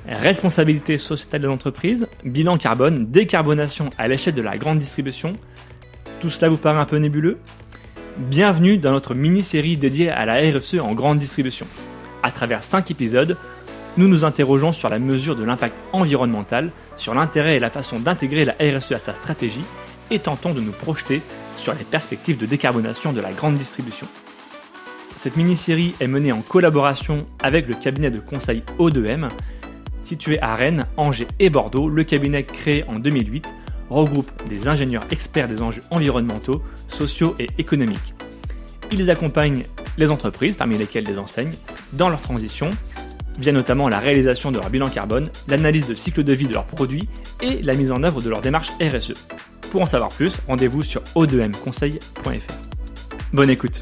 responsabilité sociétale de l'entreprise, bilan carbone, décarbonation à l'échelle de la grande distribution. Tout cela vous paraît un peu nébuleux ? Bienvenue dans notre mini-série dédiée à la RSE en grande distribution. À travers 5 épisodes, nous nous interrogeons sur la mesure de l'impact environnemental, sur l'intérêt et la façon d'intégrer la RSE à sa stratégie et tentons de nous projeter sur les perspectives de décarbonation de la grande distribution. Cette mini-série est menée en collaboration avec le cabinet de conseil O2M. Situé à Rennes, Angers et Bordeaux, le cabinet créé en 2008 regroupe des ingénieurs experts des enjeux environnementaux, sociaux et économiques. Ils accompagnent les entreprises, parmi lesquelles les enseignes, dans leur transition, via notamment la réalisation de leur bilan carbone, l'analyse de cycle de vie de leurs produits et la mise en œuvre de leur démarche RSE. Pour en savoir plus, rendez-vous sur o2mconseil.fr. Bonne écoute.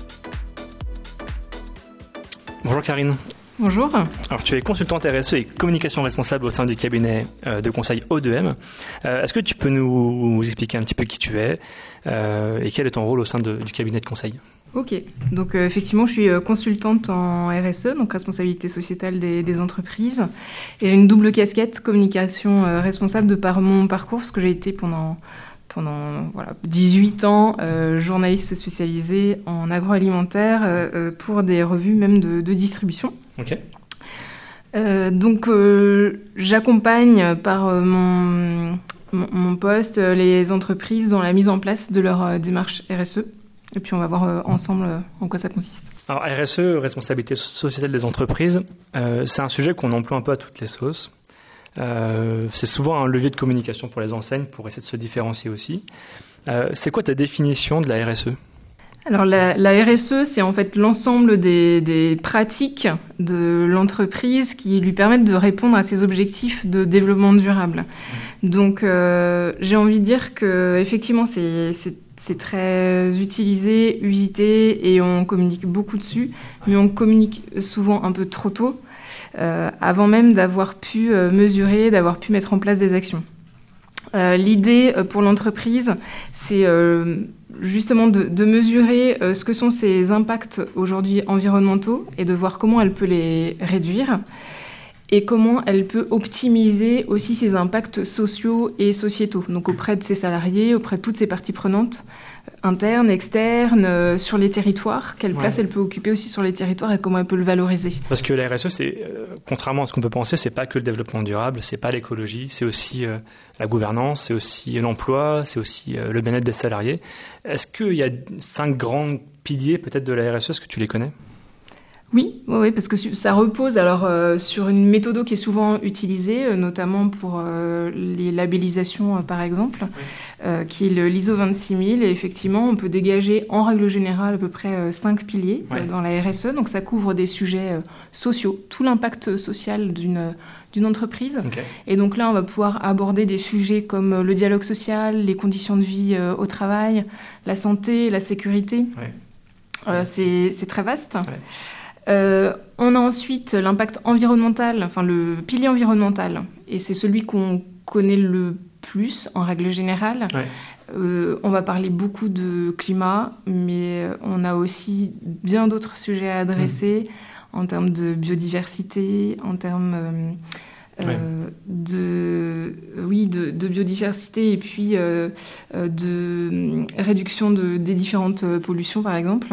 Bonjour Karine. Bonjour. Alors tu es consultante RSE et communication responsable au sein du cabinet de conseil O2M. Est-ce que tu peux nous expliquer un petit peu qui tu es et quel est ton rôle au sein du cabinet de conseil ? Ok, donc effectivement je suis consultante en RSE, donc responsabilité sociétale des entreprises. Et j'ai une double casquette, communication responsable de par mon parcours, parce que j'ai été pendant 18 ans journaliste spécialisé en agroalimentaire pour des revues même de distribution. Ok. Donc j'accompagne par mon poste les entreprises dans la mise en place de leur démarche RSE. Et puis on va voir ensemble en quoi ça consiste. Alors RSE, responsabilité sociétale des entreprises, c'est un sujet qu'on emploie un peu à toutes les sauces. C'est souvent un levier de communication pour les enseignes pour essayer de se différencier aussi. C'est quoi ta définition de la RSE ? Alors la RSE, c'est en fait l'ensemble des pratiques de l'entreprise qui lui permettent de répondre à ses objectifs de développement durable. Donc j'ai envie de dire que effectivement c'est très utilisé, usité et on communique beaucoup dessus, mais on communique souvent un peu trop tôt. Avant même d'avoir pu mesurer, d'avoir pu mettre en place des actions. L'idée pour l'entreprise, c'est justement de mesurer ce que sont ses impacts aujourd'hui environnementaux et de voir comment elle peut les réduire et comment elle peut optimiser aussi ses impacts sociaux et sociétaux, donc auprès de ses salariés, auprès de toutes ses parties prenantes, internes, externes, sur les territoires, quelle place elle peut occuper aussi sur les territoires et comment elle peut le valoriser. Parce que la RSE, c'est, contrairement à ce qu'on peut penser, c'est pas que le développement durable, c'est pas l'écologie, c'est aussi la gouvernance, c'est aussi l'emploi, c'est aussi le bien-être des salariés. Est-ce qu'il y a 5 grands piliers peut-être de la RSE, est-ce que tu les connais ? Oui, parce que ça repose alors sur une méthode qui est souvent utilisée, notamment pour les labellisations par exemple, qui est l'ISO 26000. Et effectivement, on peut dégager en règle générale à peu près 5 piliers dans la RSE. Donc ça couvre des sujets sociaux, tout l'impact social d'une entreprise. Okay. Et donc là, on va pouvoir aborder des sujets comme le dialogue social, les conditions de vie au travail, la santé, la sécurité. C'est très vaste. On a ensuite l'impact environnemental, enfin le pilier environnemental, et c'est celui qu'on connaît le plus en règle générale. On va parler beaucoup de climat, mais on a aussi bien d'autres sujets à adresser en termes de biodiversité, en termes de biodiversité et puis de réduction des différentes pollutions, par exemple.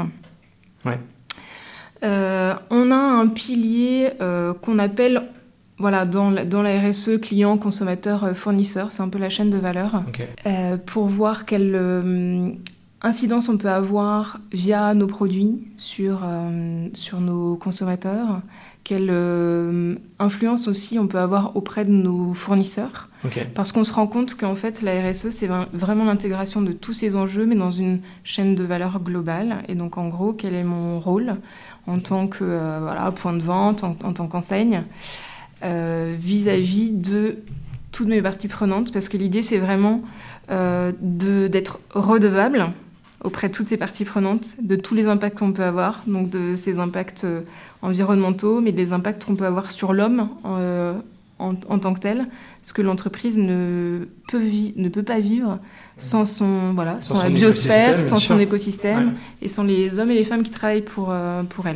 On a un pilier qu'on appelle dans la RSE client, consommateur, fournisseur. C'est un peu la chaîne de valeur. Pour voir quelle incidence on peut avoir via nos produits sur nos consommateurs, quelle influence aussi on peut avoir auprès de nos fournisseurs. Parce qu'on se rend compte qu'en fait la RSE c'est vraiment l'intégration de tous ces enjeux mais dans une chaîne de valeur globale. Et donc en gros, quel est mon rôle en tant que point de vente, en tant qu'enseigne, vis-à-vis de toutes mes parties prenantes, parce que l'idée c'est vraiment d'être redevable auprès de toutes ces parties prenantes, de tous les impacts qu'on peut avoir, donc de ces impacts environnementaux, mais des impacts qu'on peut avoir sur l'homme en tant que tel, ce que l'entreprise ne peut pas vivre sans la biosphère, sans son écosystème, et sans les hommes et les femmes qui travaillent pour elle.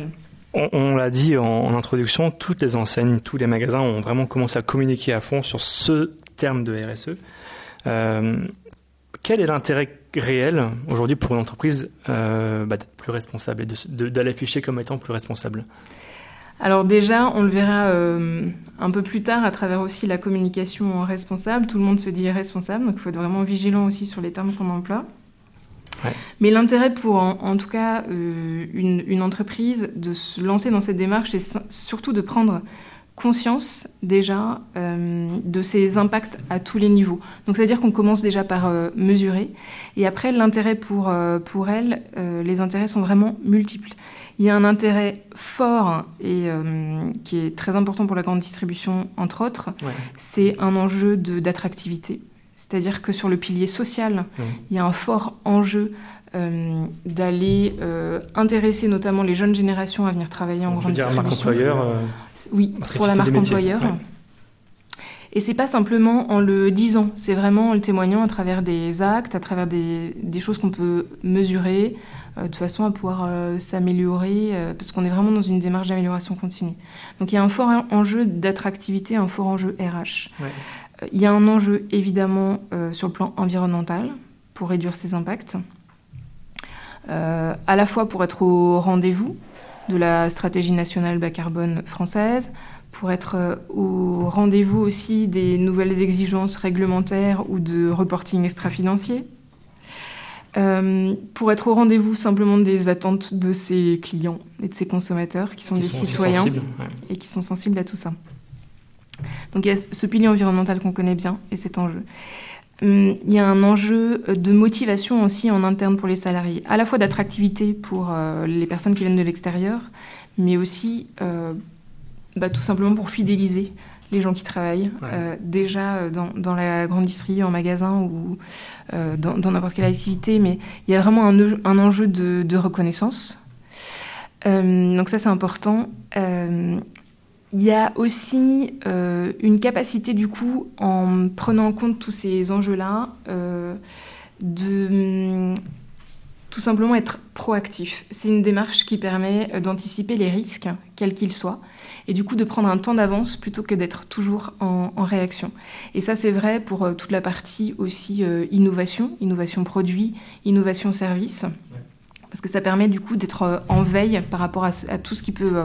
On l'a dit en introduction, toutes les enseignes, tous les magasins ont vraiment commencé à communiquer à fond sur ce terme de RSE. Quel est l'intérêt réel aujourd'hui pour une entreprise d'être plus responsable et de l'afficher comme étant plus responsable ? Alors déjà, on le verra un peu plus tard à travers aussi la communication responsable. Tout le monde se dit responsable, donc il faut être vraiment vigilant aussi sur les termes qu'on emploie. Ouais. Mais l'intérêt pour, en tout cas, une entreprise de se lancer dans cette démarche, c'est surtout de prendre conscience déjà de ses impacts à tous les niveaux. Donc ça veut dire qu'on commence déjà par mesurer, et après l'intérêt pour elle, les intérêts sont vraiment multiples. Il y a un intérêt fort et qui est très important pour la grande distribution, entre autres, c'est un enjeu d'attractivité. C'est-à-dire que sur le pilier social, il y a un fort enjeu d'aller intéresser notamment les jeunes générations à venir travailler en grande distribution. Marque employeur, oui, pour la marque employeur. Ouais. Et c'est pas simplement en le disant, c'est vraiment en le témoignant à travers des actes, à travers des choses qu'on peut mesurer, de façon à pouvoir s'améliorer, parce qu'on est vraiment dans une démarche d'amélioration continue. Donc il y a un fort enjeu d'attractivité, un fort enjeu RH. Ouais. Il y a un enjeu évidemment sur le plan environnemental pour réduire ses impacts, à la fois pour être au rendez-vous de la stratégie nationale bas carbone française, pour être au rendez-vous aussi des nouvelles exigences réglementaires ou de reporting extra-financier, pour être au rendez-vous simplement des attentes de ses clients et de ses consommateurs qui sont des citoyens et qui sont sensibles à tout ça. Donc il y a ce pilier environnemental qu'on connaît bien et cet enjeu. Il y a un enjeu de motivation aussi en interne pour les salariés, à la fois d'attractivité pour les personnes qui viennent de l'extérieur, mais aussi tout simplement pour fidéliser les gens qui travaillent, déjà dans la grande distribution, en magasin ou dans n'importe quelle activité, mais il y a vraiment un enjeu de reconnaissance. Donc ça, c'est important. Il y a aussi une capacité, du coup, en prenant en compte tous ces enjeux-là, de tout simplement être proactif. C'est une démarche qui permet d'anticiper les risques, quels qu'ils soient, et du coup de prendre un temps d'avance plutôt que d'être toujours en réaction. Et ça, c'est vrai pour toute la partie aussi innovation produit, innovation service. Parce que ça permet du coup d'être en veille par rapport à tout ce qui peut,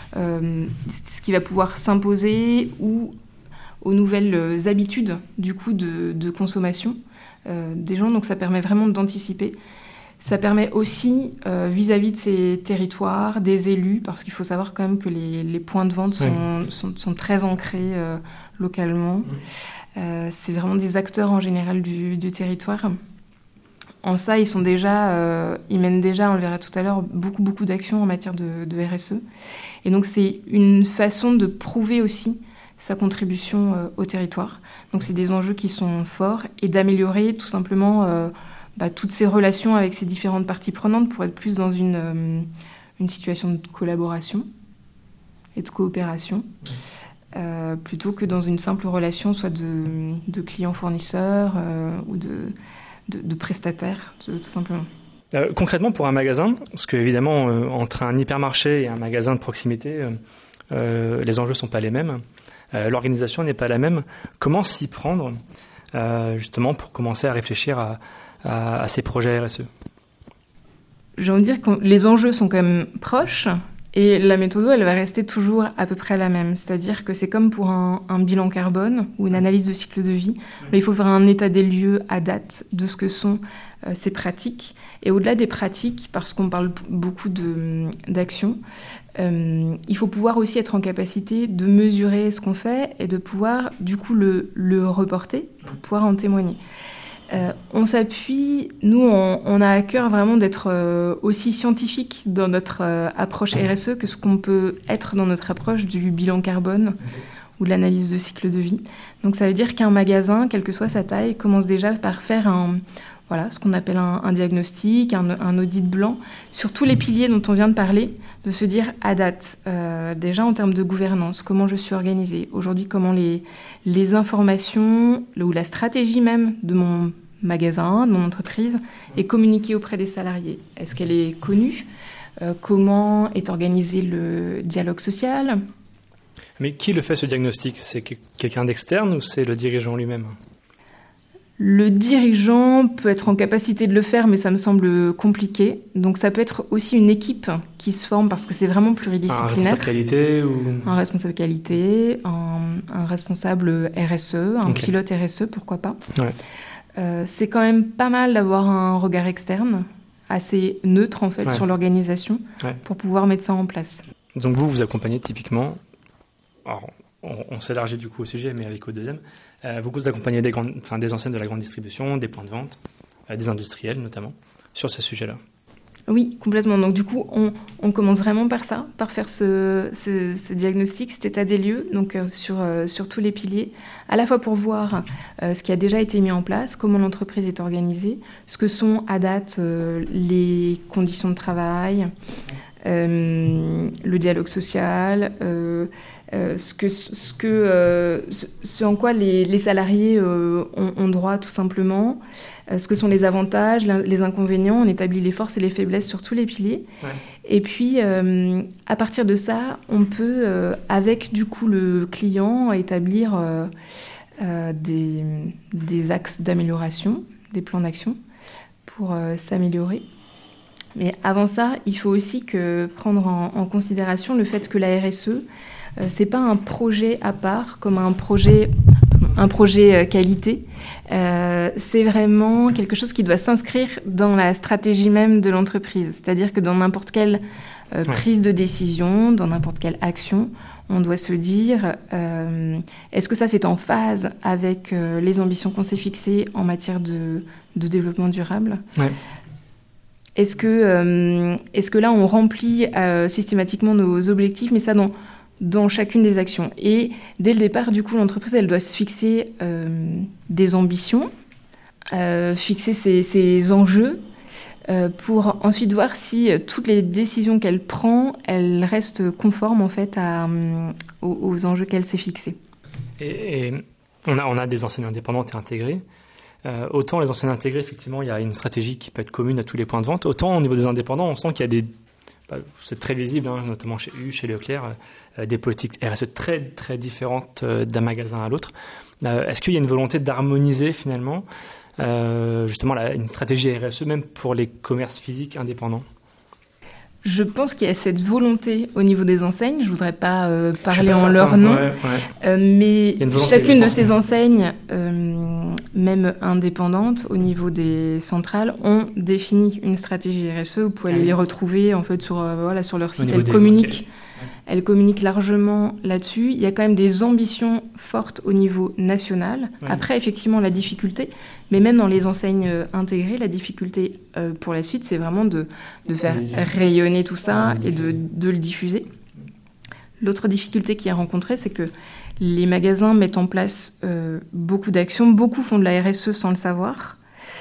ce qui va pouvoir s'imposer ou aux nouvelles habitudes du coup de consommation des gens. Donc ça permet vraiment d'anticiper. Ça permet aussi vis-à-vis de ces territoires, des élus, parce qu'il faut savoir quand même que les points de vente sont très ancrés localement. C'est vraiment des acteurs en général du territoire. En ça, ils mènent déjà, on le verra tout à l'heure, beaucoup d'actions en matière de RSE. Et donc, c'est une façon de prouver aussi sa contribution au territoire. Donc, c'est des enjeux qui sont forts et d'améliorer tout simplement toutes ces relations avec ces différentes parties prenantes pour être plus dans une situation de collaboration et de coopération, plutôt que dans une simple relation soit de client-fournisseur ou de prestataires, tout simplement. Concrètement, pour un magasin, parce qu'évidemment, entre un hypermarché et un magasin de proximité, les enjeux ne sont pas les mêmes, l'organisation n'est pas la même. Comment s'y prendre, justement, pour commencer à réfléchir à ces projets RSE ? J'ai envie de dire que les enjeux sont quand même proches, et la méthode, elle va rester toujours à peu près la même. C'est-à-dire que c'est comme pour un bilan carbone ou une analyse de cycle de vie. Mais il faut faire un état des lieux à date de ce que sont ces pratiques. Et au-delà des pratiques, parce qu'on parle beaucoup d'actions, il faut pouvoir aussi être en capacité de mesurer ce qu'on fait et de pouvoir, du coup, le reporter pour pouvoir en témoigner. On s'appuie, nous, on a à cœur vraiment d'être aussi scientifique dans notre approche RSE que ce qu'on peut être dans notre approche du bilan carbone ou de l'analyse de cycle de vie. Donc ça veut dire qu'un magasin, quelle que soit sa taille, commence déjà par faire ce qu'on appelle un diagnostic, un audit blanc sur tous les piliers dont on vient de parler, de se dire à date, déjà en termes de gouvernance, comment je suis organisée, aujourd'hui comment les informations ou la stratégie même de mon magasin, de mon entreprise, est communiquée auprès des salariés. Est-ce qu'elle est connue ? comment est organisé le dialogue social. Mais qui le fait ce diagnostic? C'est quelqu'un d'externe ou c'est le dirigeant lui-même? Le dirigeant peut être en capacité de le faire, mais ça me semble compliqué. Donc ça peut être aussi une équipe qui se forme parce que c'est vraiment pluridisciplinaire. Un responsable qualité ou... Un responsable qualité, un responsable RSE, un pilote RSE, pourquoi pas. Ouais. C'est quand même pas mal d'avoir un regard externe, assez neutre en fait, sur l'organisation, pour pouvoir mettre ça en place. Donc vous accompagnez typiquement, alors on s'élargit du coup au sujet, mais avec au deuxième, vous accompagnez des enseignes de la grande distribution, des points de vente, des industriels notamment, sur ces sujets-là. Oui, complètement. Donc du coup, on commence vraiment par ça, par faire ce diagnostic, cet état des lieux, donc sur tous les piliers, à la fois pour voir ce qui a déjà été mis en place, comment l'entreprise est organisée, ce que sont à date les conditions de travail, le dialogue social, ce en quoi les salariés ont droit tout simplement, ce que sont les avantages, les inconvénients, on établit les forces et les faiblesses sur tous les piliers. Ouais. Et puis, à partir de ça, on peut, avec du coup le client, établir des axes d'amélioration, des plans d'action pour s'améliorer. Mais avant ça, il faut aussi prendre en considération le fait que la RSE, c'est pas un projet à part, comme un projet qualité. C'est vraiment quelque chose qui doit s'inscrire dans la stratégie même de l'entreprise. C'est-à-dire que dans n'importe quelle prise de décision, dans n'importe quelle action, on doit se dire est-ce que ça c'est en phase avec les ambitions qu'on s'est fixées en matière de développement durable ? Est-ce que là on remplit systématiquement nos objectifs, mais ça dans chacune des actions. Et dès le départ, du coup, l'entreprise, elle doit se fixer des ambitions, fixer ses enjeux, pour ensuite voir si toutes les décisions qu'elle prend, elles restent conformes en fait aux enjeux qu'elle s'est fixés. Et on a des enseignes indépendantes et intégrées. Autant les enseignes intégrées, effectivement, il y a une stratégie qui peut être commune à tous les points de vente. Autant au niveau des indépendants, on sent qu'il y a c'est très visible, notamment chez chez Leclerc, des politiques RSE très, très différentes d'un magasin à l'autre. Est-ce qu'il y a une volonté d'harmoniser finalement justement une stratégie RSE même pour les commerces physiques indépendants ? Je pense qu'il y a cette volonté au niveau des enseignes. Je ne voudrais pas parler en leur nom, mais chacune de ces enseignes, même indépendantes, au niveau des centrales, ont défini une stratégie RSE. Vous pouvez aller les retrouver en fait sur leur site. Elles communiquent largement là-dessus. Il y a quand même des ambitions fortes au niveau national. Ouais. Après, effectivement, la difficulté, mais même dans les enseignes intégrées, la difficulté pour la suite, c'est vraiment de faire rayonner tout ça et de le diffuser. L'autre difficulté qui est rencontrée, c'est que les magasins mettent en place beaucoup d'actions. Beaucoup font de la RSE sans le savoir.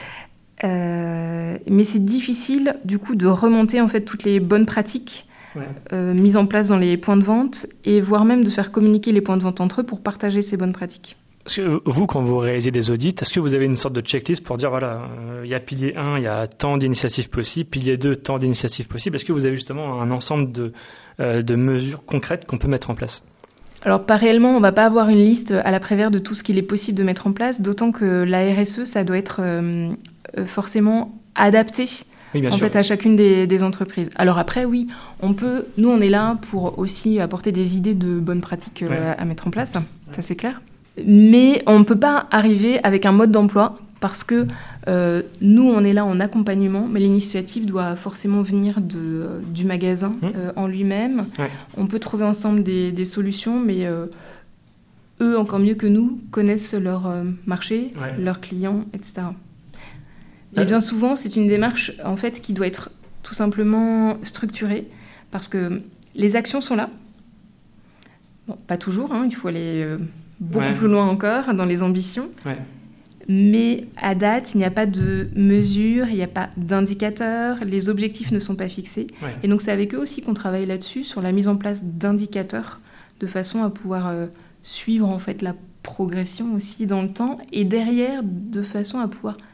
Mais c'est difficile, du coup, de remonter en fait toutes les bonnes pratiques mise en place dans les points de vente et voire même de faire communiquer les points de vente entre eux pour partager ces bonnes pratiques. Est-ce que vous, quand vous réalisez des audits, est-ce que vous avez une sorte de checklist pour dire, voilà, il y a pilier 1, il y a tant d'initiatives possibles, pilier 2, tant d'initiatives possibles. Est-ce que vous avez justement un ensemble de mesures concrètes qu'on peut mettre en place ? Alors, pas réellement, on ne va pas avoir une liste à l'après-vert de tout ce qu'il est possible de mettre en place, d'autant que la RSE, ça doit être forcément adapté. Oui, en fait, à chacune des entreprises. Alors après, oui, nous, on est là pour aussi apporter des idées de bonnes pratiques à mettre en place, ça c'est clair. Mais on ne peut pas arriver avec un mode d'emploi parce que nous, on est là en accompagnement, mais l'initiative doit forcément venir du magasin en lui-même. Ouais. On peut trouver ensemble des solutions, mais eux, encore mieux que nous, connaissent leur marché, leurs clients, etc. Et bien souvent, c'est une démarche en fait qui doit être tout simplement structurée parce que les actions sont là. Bon, pas toujours, il faut aller beaucoup plus loin encore dans les ambitions. Ouais. Mais à date, il n'y a pas de mesures, il n'y a pas d'indicateurs, les objectifs ne sont pas fixés. Ouais. Et donc c'est avec eux aussi qu'on travaille là-dessus, sur la mise en place d'indicateurs, de façon à pouvoir suivre en fait la progression aussi dans le temps et derrière, de façon à pouvoir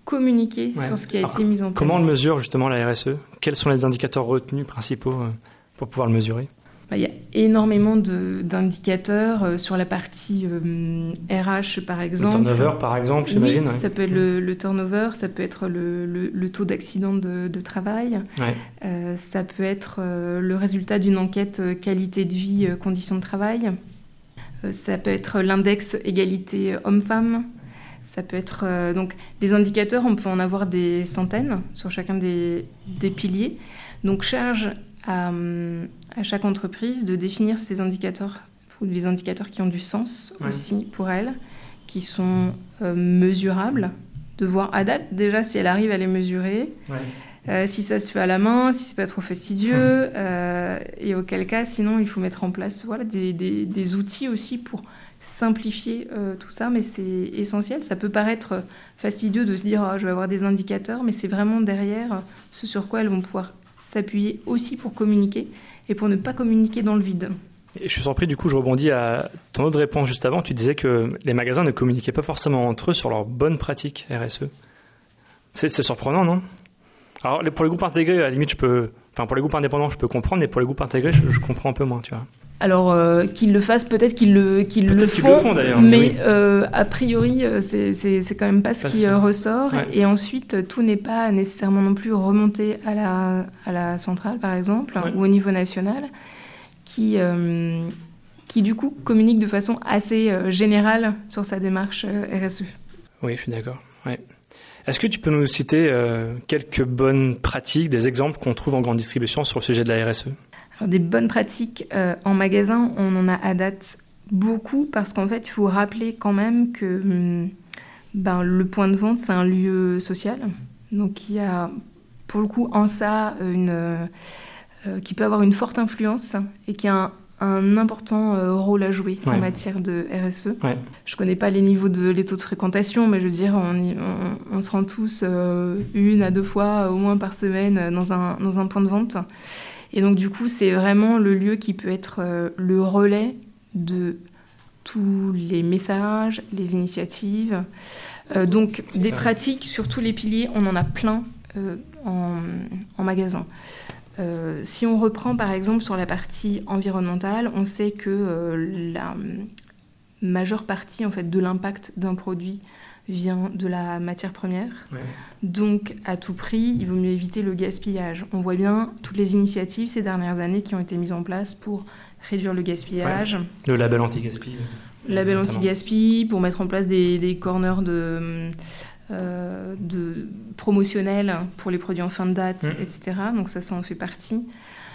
communiquer sur ce qui a été mis en place. Comment on le mesure justement la RSE ? Quels sont les indicateurs retenus principaux pour pouvoir le mesurer ? Il y a énormément d'indicateurs sur la partie RH, par exemple. Le turnover, par exemple, j'imagine. Oui, ça peut être le turnover, ça peut être le taux d'accident de travail. Ouais. Ça peut être le résultat d'une enquête qualité de vie, conditions de travail. Ça peut être l'index égalité homme-femme. Ça peut être... donc, des indicateurs, on peut en avoir des centaines sur chacun des piliers. Donc, charge à chaque entreprise de définir ces indicateurs, ou les indicateurs qui ont du sens aussi pour elle, qui sont mesurables, de voir à date déjà si elle arrive à les mesurer, si ça se fait à la main, si c'est pas trop fastidieux, et auquel cas sinon il faut mettre en place des outils aussi pour simplifier tout ça, mais c'est essentiel. Ça peut paraître fastidieux de se dire je vais avoir des indicateurs, mais c'est vraiment derrière ce sur quoi elles vont pouvoir s'appuyer aussi pour communiquer et pour ne pas communiquer dans le vide. Et je suis surpris, du coup, je rebondis à ton autre réponse juste avant. Tu disais que les magasins ne communiquaient pas forcément entre eux sur leurs bonnes pratiques RSE. C'est surprenant, non ? Alors, pour les groupes intégrés, à la limite, pour les groupes indépendants, je peux comprendre, mais pour les groupes intégrés, je comprends un peu moins, tu vois. Alors, qu'ils le fassent, peut-être qu'ils le font d'ailleurs. Mais a priori, c'est quand même pas ce qui ressort. Ouais. Et ensuite, tout n'est pas nécessairement non plus remonté à la centrale, par exemple, ou au niveau national, qui du coup communique de façon assez générale sur sa démarche RSE. Oui, je suis d'accord. Ouais. Est-ce que tu peux nous citer quelques bonnes pratiques, des exemples qu'on trouve en grande distribution sur le sujet de la RSE ? Alors, des bonnes pratiques en magasin, on en a à date beaucoup parce qu'en fait, il faut rappeler quand même que le point de vente, c'est un lieu social. Donc, il y a pour le coup en ça qui peut avoir une forte influence et qui a un important rôle à jouer en matière de RSE. Ouais. Je ne connais pas les taux de fréquentation, mais je veux dire, on se rend tous 1 à 2 fois au moins par semaine dans un point de vente. Et donc, du coup, c'est vraiment le lieu qui peut être le relais de tous les messages, les initiatives. Donc, des pratiques sur tous les piliers, on en a plein en magasin. Si on reprend, par exemple, sur la partie environnementale, on sait que la majeure partie en fait, de l'impact d'un produit vient de la matière première. Ouais. Donc, à tout prix, il vaut mieux éviter le gaspillage. On voit bien toutes les initiatives ces dernières années qui ont été mises en place pour réduire le gaspillage. Ouais. Le label anti-gaspi. Le label anti-gaspi, pour mettre en place des corners promotionnels pour les produits en fin de date, etc. Donc ça en fait partie.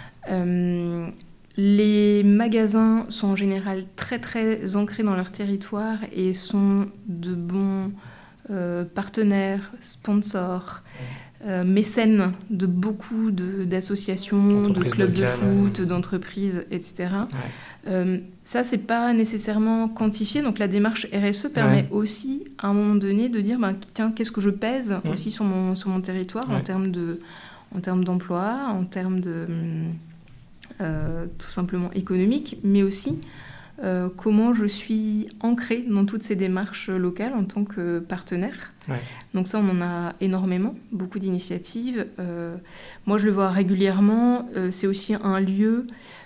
Les magasins sont en général très très ancrés dans leur territoire et sont de bons partenaires, sponsors, mécènes de beaucoup d'associations, de clubs de foot, d'entreprises, etc. Ouais. Ça, c'est pas nécessairement quantifié. Donc la démarche RSE permet aussi, à un moment donné, de dire tiens, qu'est-ce que je pèse aussi sur mon territoire en termes d'emploi, en termes de tout simplement économique, mais aussi comment je suis ancrée dans toutes ces démarches locales en tant que partenaire. Ouais. Donc ça, on en a énormément, beaucoup d'initiatives. Moi, je le vois régulièrement. C'est aussi un lieu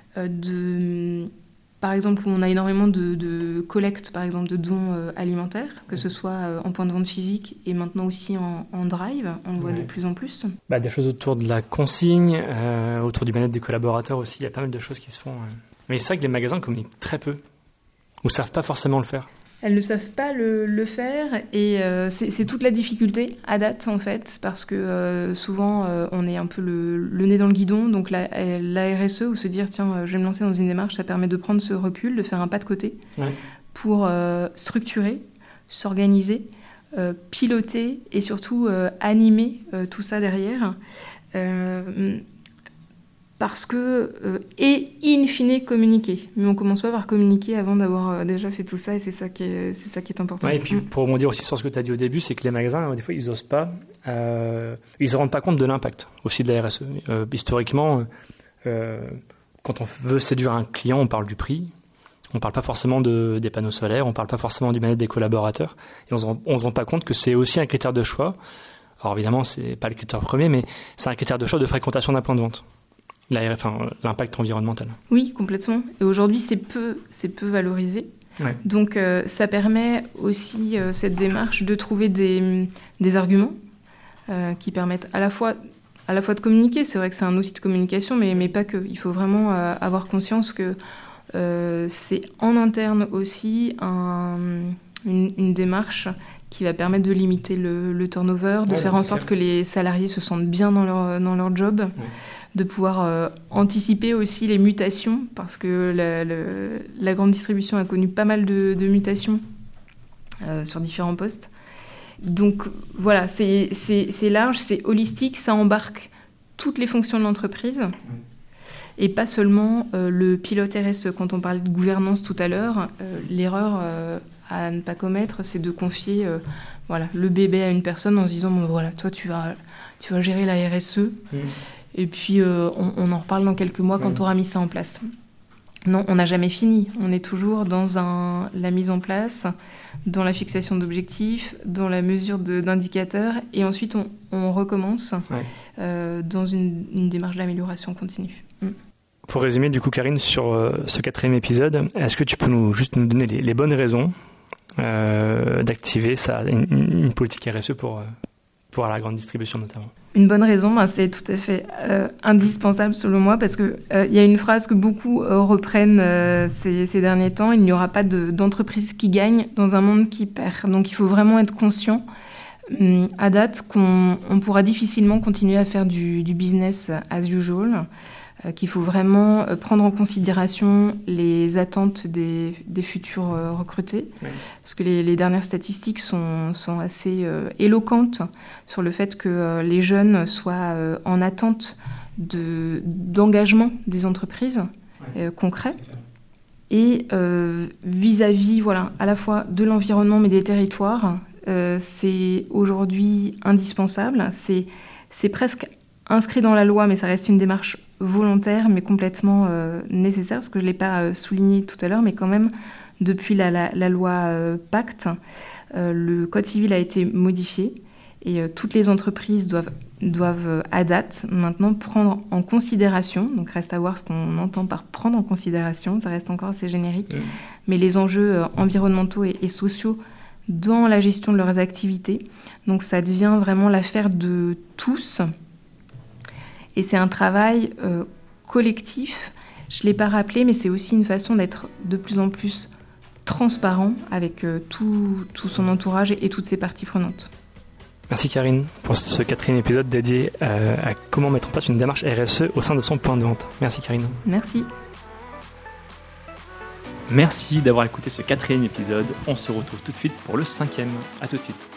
par exemple, où on a énormément de collectes, par exemple, de dons alimentaires, que ce soit en point de vente physique et maintenant aussi en drive. On le voit de plus en plus. Des choses autour de la consigne, autour du bien-être des collaborateurs aussi. Il y a pas mal de choses qui se font. Mais c'est vrai que les magasins communiquent très peu, ou ne savent pas forcément le faire. Elles ne savent pas le faire et c'est toute la difficulté à date en fait parce que souvent on est un peu le nez dans le guidon, donc la RSE ou se dire tiens je vais me lancer dans une démarche, ça permet de prendre ce recul, de faire un pas de côté pour structurer, s'organiser, piloter et surtout animer tout ça derrière. Parce que, et in fine, communiquer. Mais on ne commence pas par communiquer avant d'avoir déjà fait tout ça, et c'est ça qui est important. Ouais, et puis, pour rebondir aussi sur ce que tu as dit au début, c'est que les magasins, des fois, ils n'osent pas, ils ne se rendent pas compte de l'impact aussi de la RSE. Historiquement, quand on veut séduire un client, on parle du prix, on ne parle pas forcément des panneaux solaires, on ne parle pas forcément du bien-être des collaborateurs, et on ne se rend pas compte que c'est aussi un critère de choix Alors évidemment, c'est pas le critère premier, mais c'est un critère de choix de fréquentation d'un point de vente. L'impact environnemental. Oui, complètement. Et aujourd'hui, c'est peu valorisé. Ouais. Donc, ça permet aussi, cette démarche, de trouver des arguments qui permettent à la fois de communiquer. C'est vrai que c'est un outil de communication, mais pas que. Il faut vraiment avoir conscience que c'est en interne aussi une démarche qui va permettre de limiter le turnover, de faire en sorte que les salariés se sentent bien dans leur job, de pouvoir anticiper aussi les mutations, parce que la grande distribution a connu pas mal de mutations sur différents postes. Donc voilà, c'est large, c'est holistique, ça embarque toutes les fonctions de l'entreprise, et pas seulement le pilote RSE. Quand on parlait de gouvernance tout à l'heure, l'erreur à ne pas commettre, c'est de confier le bébé à une personne en se disant toi tu vas gérer la RSE, et puis on en reparle dans quelques mois quand tu auras mis ça en place. Non, on n'a jamais fini. On est toujours dans la mise en place, dans la fixation d'objectifs, dans la mesure d'indicateurs, et ensuite on recommence dans une démarche d'amélioration continue. Pour résumer, du coup, Karine, sur ce 4e épisode, est-ce que tu peux nous donner les bonnes raisons d'activer une politique RSE pour la grande distribution notamment? Une bonne raison, c'est tout à fait indispensable selon moi, parce qu'il y a une phrase que beaucoup reprennent ces derniers temps: il n'y aura pas d'entreprise qui gagne dans un monde qui perd. Donc il faut vraiment être conscient à date qu'on pourra difficilement continuer à faire du business as usual, qu'il faut vraiment prendre en considération les attentes des futurs recrutés, parce que les dernières statistiques sont assez éloquentes sur le fait que les jeunes soient en attente d'engagement des entreprises concrets, et vis-à-vis à la fois de l'environnement mais des territoires, c'est aujourd'hui indispensable. C'est presque inscrit dans la loi, mais ça reste une démarche volontaire, mais complètement nécessaire, parce que je ne l'ai pas souligné tout à l'heure, mais quand même, depuis la loi Pacte, le Code civil a été modifié, et toutes les entreprises doivent à date maintenant prendre en considération, donc reste à voir ce qu'on entend par prendre en considération, ça reste encore assez générique, mais les enjeux environnementaux et sociaux dans la gestion de leurs activités. Donc ça devient vraiment l'affaire de tous. Et c'est un travail collectif. Je ne l'ai pas rappelé, mais c'est aussi une façon d'être de plus en plus transparent avec tout son entourage et toutes ses parties prenantes. Merci Karine pour ce 4e épisode dédié à comment mettre en place une démarche RSE au sein de son point de vente. Merci Karine. Merci. Merci d'avoir écouté ce 4e épisode. On se retrouve tout de suite pour le 5e. À tout de suite.